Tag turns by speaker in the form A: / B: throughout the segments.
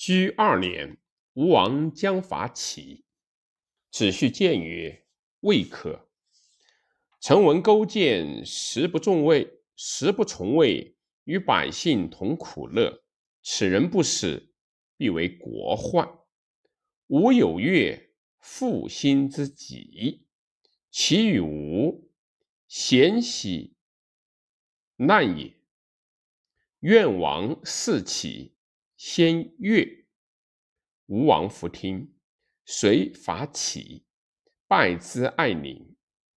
A: 居2年，吴王将伐齐。子胥谏曰：“未可。臣闻勾践食不重位，食不从位，与百姓同苦乐。此人不死，必为国患。吾有悦，复心之急。齐与吴，咸喜难也。愿王事齐，先悦。吴王弗听，遂伐齐，败之爱宁。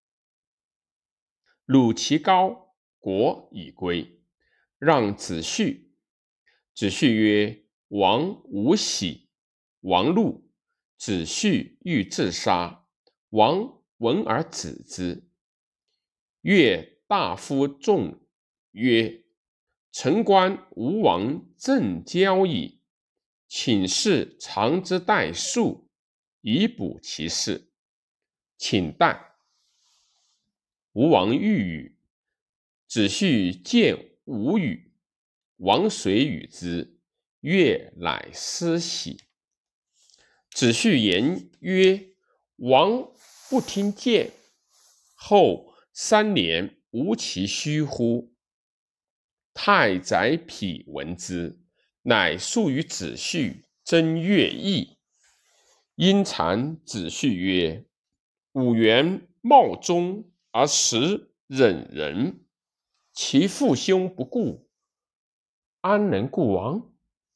A: 鲁齐高，国已归，让子胥。子胥曰：“王无喜。”王怒，子胥欲自杀。王闻而止之。越大夫众曰：“臣观吴王正交矣，请示长之代数，以补其事。请待。”吴王欲与，子胥见无与，王遂与之。越乃思喜。子胥言曰：“王不听谏，后3年无其虚乎？”太宰匹闻之，乃诉与子胥争越邑。因谗子胥曰：“吾原貌忠而实忍人，其父兄不顾，安能顾王？”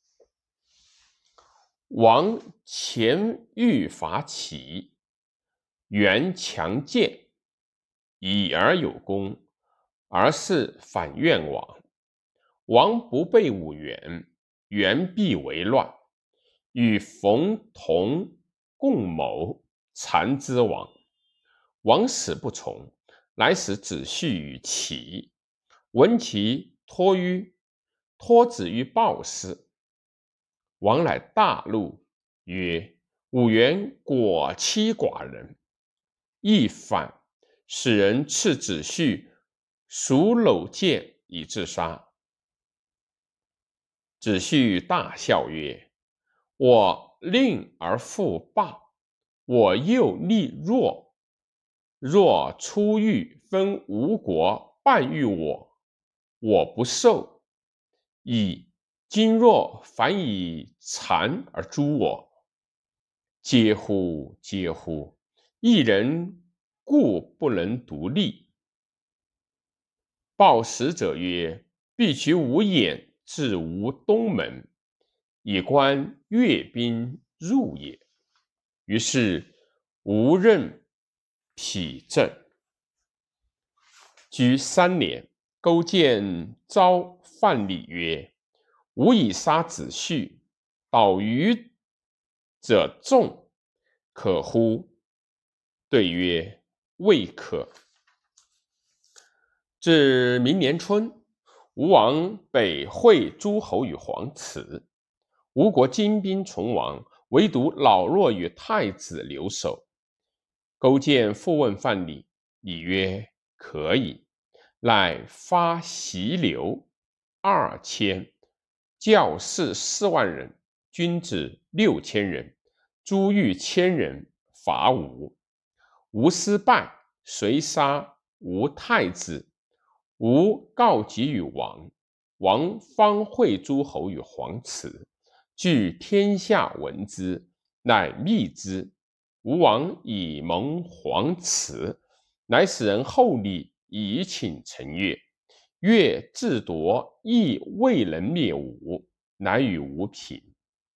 A: 王前欲伐齐，袁强谏，以而有功，而是反愿王。王不备武元，元必为乱，与冯同共谋，谗之王。王死不从，乃使子胥与齐。闻其托子于鲍氏。王乃大怒，曰：“吾元果欺寡人，亦反，使人赐子胥属篓箭以自杀。”子胥大笑曰：“我令而复霸，我又力弱。若出狱分吴国半于我，我不受。今若反以谗而诛我，嗟乎嗟乎！一人故不能独立。”鲍使者曰：“必取吾偃至吴东门，以观越兵入也。”于是吴任匹正。居3年，勾践召范蠡曰：“吾以杀子胥，导虞者众，可乎？”对曰：“未可。”至明年春，吴王北会诸侯于黄池。吴国精兵从亡，唯独老弱与太子留守。勾践复问范蠡，蠡曰：“可以。”乃发袭留2000，教士4万人，军子6000人，诸豫1000人，伐吴。吴失败，遂杀吴太子。吴告急于王，王方会诸侯于黄池，据天下闻之，乃密之。吴王以蒙黄池，乃使人厚礼以请臣越。越自夺，亦未能灭吴，乃与吴平。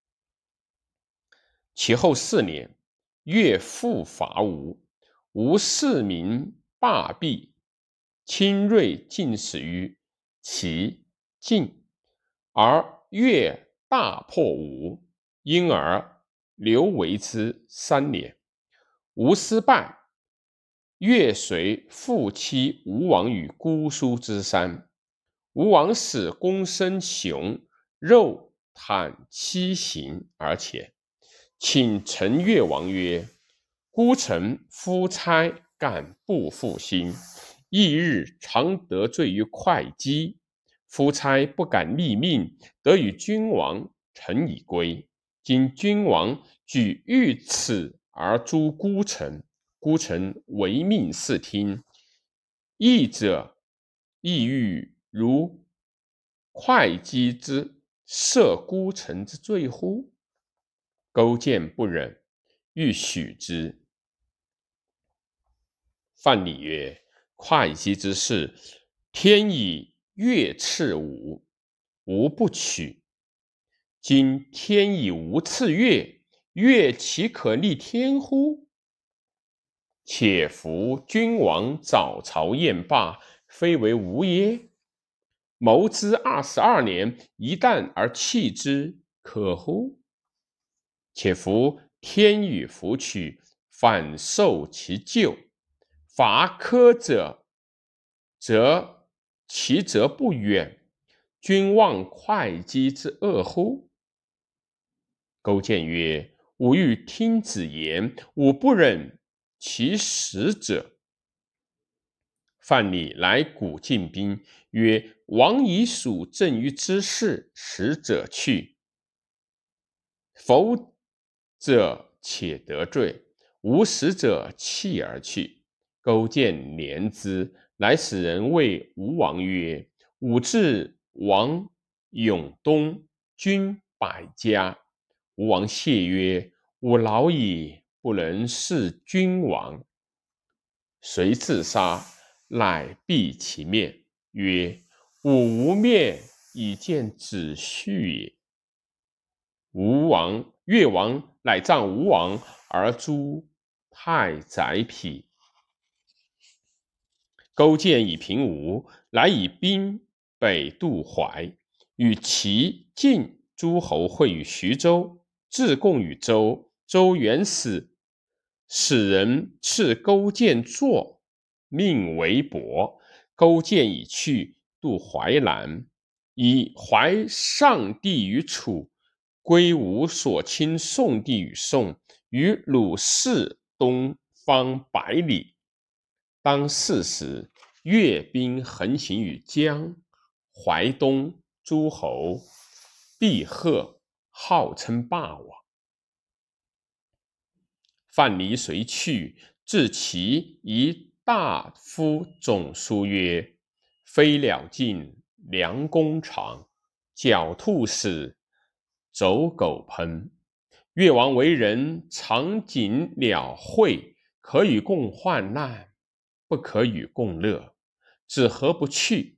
A: 其后4年，越复伐吴，吴4民罢弊，亲锐尽死于齐、晋，而越大破吴，因而留为之3年。吴失败，越遂复期吴王于姑苏之山。吴王使公孙雄肉袒其行而前，请陈越王曰：“孤臣夫差敢不负心，翌日常得罪于会稽。夫差不敢立命，得与君王臣以归。 今君王举御此而诛孤臣，孤臣违命视听，义者亦欲如会稽之赦孤臣之罪乎？勾践不忍，欲许之。范蠡曰：会稽之事，天以月赐吾，吾不取。今天以吾赐月，月岂可逆天乎？且夫君王早朝宴罢，非为吾耶？谋之22年，一旦而弃之，可乎？且夫天与弗取，反受其咎。伐苛者，则其则不远。君望会稽之恶乎？勾践曰：吾欲听子言，吾不忍其使者。范蠡来鼓进兵，曰：王以属赠于之事，使者去。否者且得罪，无使者弃而去。勾践怜之，乃使人谓吴王曰：吾至王永东，君百家。吴王谢曰：吾老矣，不能事君王。遂自杀，乃闭其面，曰：吾无面，以见子婿也。越王乃葬吴王，而诛太宰匹。勾践以平吴，乃以兵北渡淮，与齐、晋诸侯会于徐州，自贡于周。周元使人赐勾践坐，命为伯。勾践已去，渡淮南，以淮上地于楚，归吴所侵宋地与宋，与鲁士东方100里。当4时，越兵横行于江淮东，诸侯毕贺，号称霸王。范蠡遂去，至齐，以大夫总书曰：飞鸟尽，良弓藏；狡兔死，走狗烹。越王为人，常谨鸟会，可与共患难，不可与共乐，子何不去？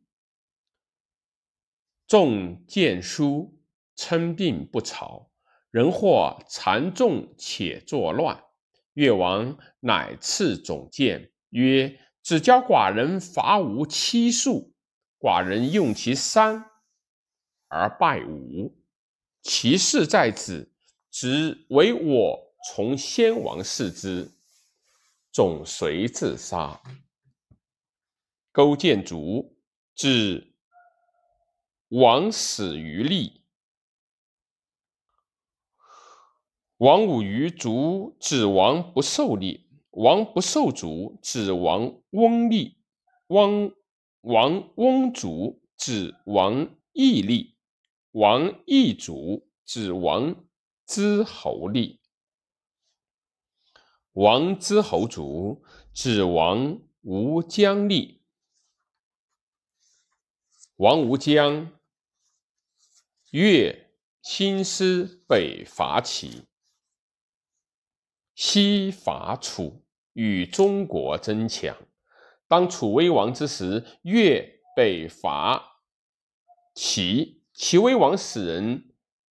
A: 众见书，称病不朝，人或残众且作乱。越王乃赐总监，曰：只教寡人伐吴7数，寡人用其3而败吴，其事在子，只为我从先王视之。总随自杀。勾践卒，至王死于利。王武于卒，子王不受立。王不受卒，子王翁立。王翁卒，子王义立。王义卒，子王之侯立。王之侯卒，子王吴姜立。王吴姜，越兴师北伐齐，西伐楚，与中国争强。当楚威王之时，越北伐齐，齐威王使人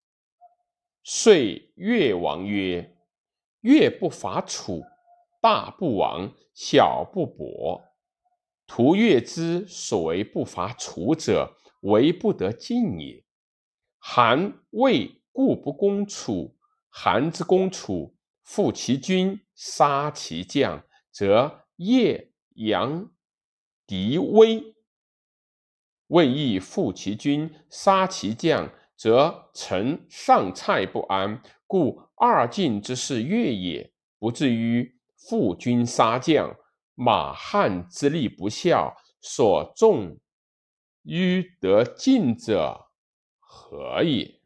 A: 说越王曰：越不伐楚，大不亡，小不伯。屠越之所为不伐楚者，为不得进也。韩、魏故不攻楚，韩之攻楚，复其军，杀其将，则叶、杨、狄、魏。魏亦复其军，杀其将，则陈、上蔡不安，故二晋之事越也，不至于复军杀将。马汉之力不效，所重于得进者何也？